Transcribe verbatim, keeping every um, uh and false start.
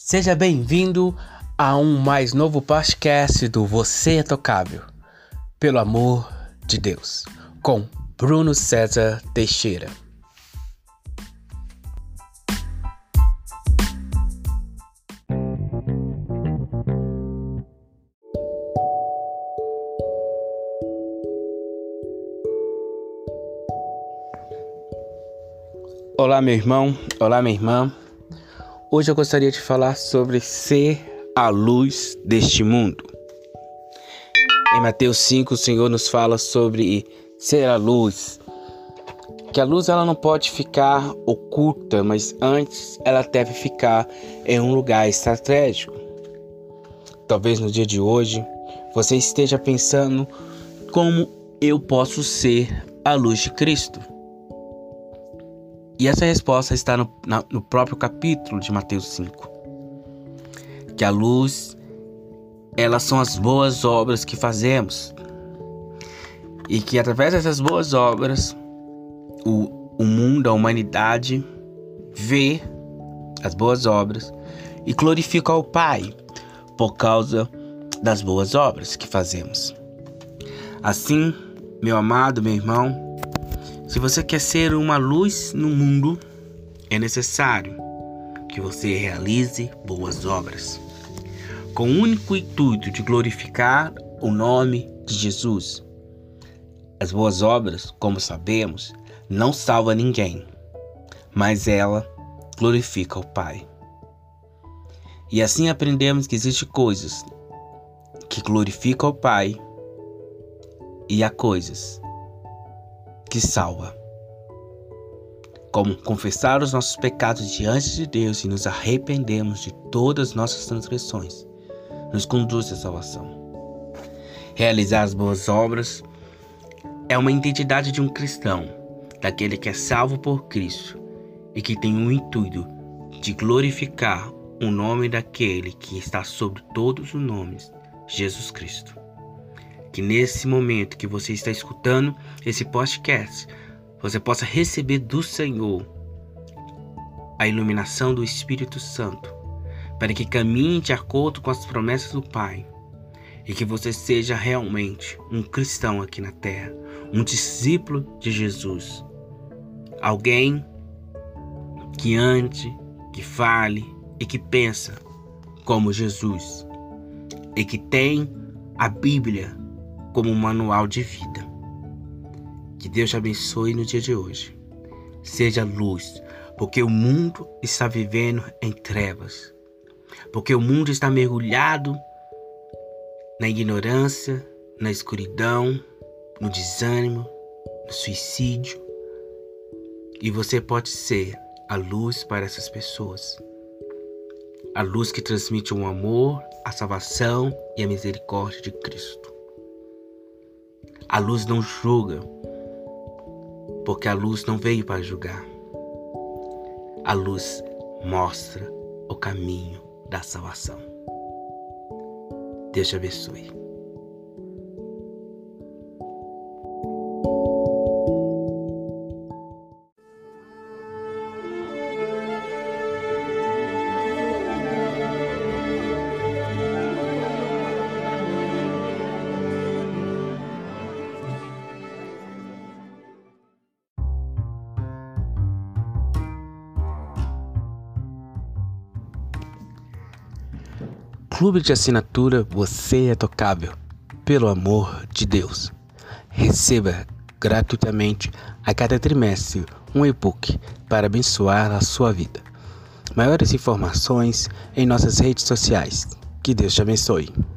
Seja bem-vindo a um mais novo podcast do Você é Tocável, pelo amor de Deus, com Bruno César Teixeira. Olá, meu irmão, olá, minha irmã. Hoje eu gostaria de falar sobre ser a luz deste mundo. Em Mateus cinco, o Senhor nos fala sobre ser a luz. Que a luz ela não pode ficar oculta, mas antes ela deve ficar em um lugar estratégico. Talvez no dia de hoje você esteja pensando como eu posso ser a luz de Cristo. E essa resposta está no, na, no próprio capítulo de Mateus cinco. Que a luz, elas são as boas obras que fazemos. E que através dessas boas obras, o, o mundo, a humanidade, vê as boas obras e glorifica ao Pai por causa das boas obras que fazemos. Assim, meu amado, meu irmão, se você quer ser uma luz no mundo, é necessário que você realize boas obras, com o único intuito de glorificar o nome de Jesus. As boas obras, como sabemos, não salvam ninguém, mas ela glorifica o Pai. E assim aprendemos que existem coisas que glorificam o Pai e há coisas que salva, como confessar os nossos pecados diante de Deus e nos arrependermos de todas as nossas transgressões, nos conduz à salvação. Realizar as boas obras é uma identidade de um cristão, daquele que é salvo por Cristo e que tem o intuito de glorificar o nome daquele que está sobre todos os nomes, Jesus Cristo. Que nesse momento que você está escutando esse podcast, você possa receber do Senhor a iluminação do Espírito Santo, para que caminhe de acordo com as promessas do Pai, e que você seja realmente um cristão aqui na terra, um discípulo de Jesus, alguém que ande, que fale e que pensa como Jesus, e que tem a Bíblia como um manual de vida. Que Deus te abençoe no dia de hoje. Seja luz, porque o mundo está vivendo em trevas. Porque o mundo está mergulhado na ignorância, na escuridão, no desânimo, no suicídio. E você pode ser a luz para essas pessoas. A luz que transmite o amor, a salvação e a misericórdia de Cristo. A luz não julga, porque a luz não veio para julgar. A luz mostra o caminho da salvação. Deus te abençoe. Clube de assinatura Você é Tocável, pelo amor de Deus. Receba gratuitamente a cada trimestre um e-book para abençoar a sua vida. Maiores informações em nossas redes sociais. Que Deus te abençoe.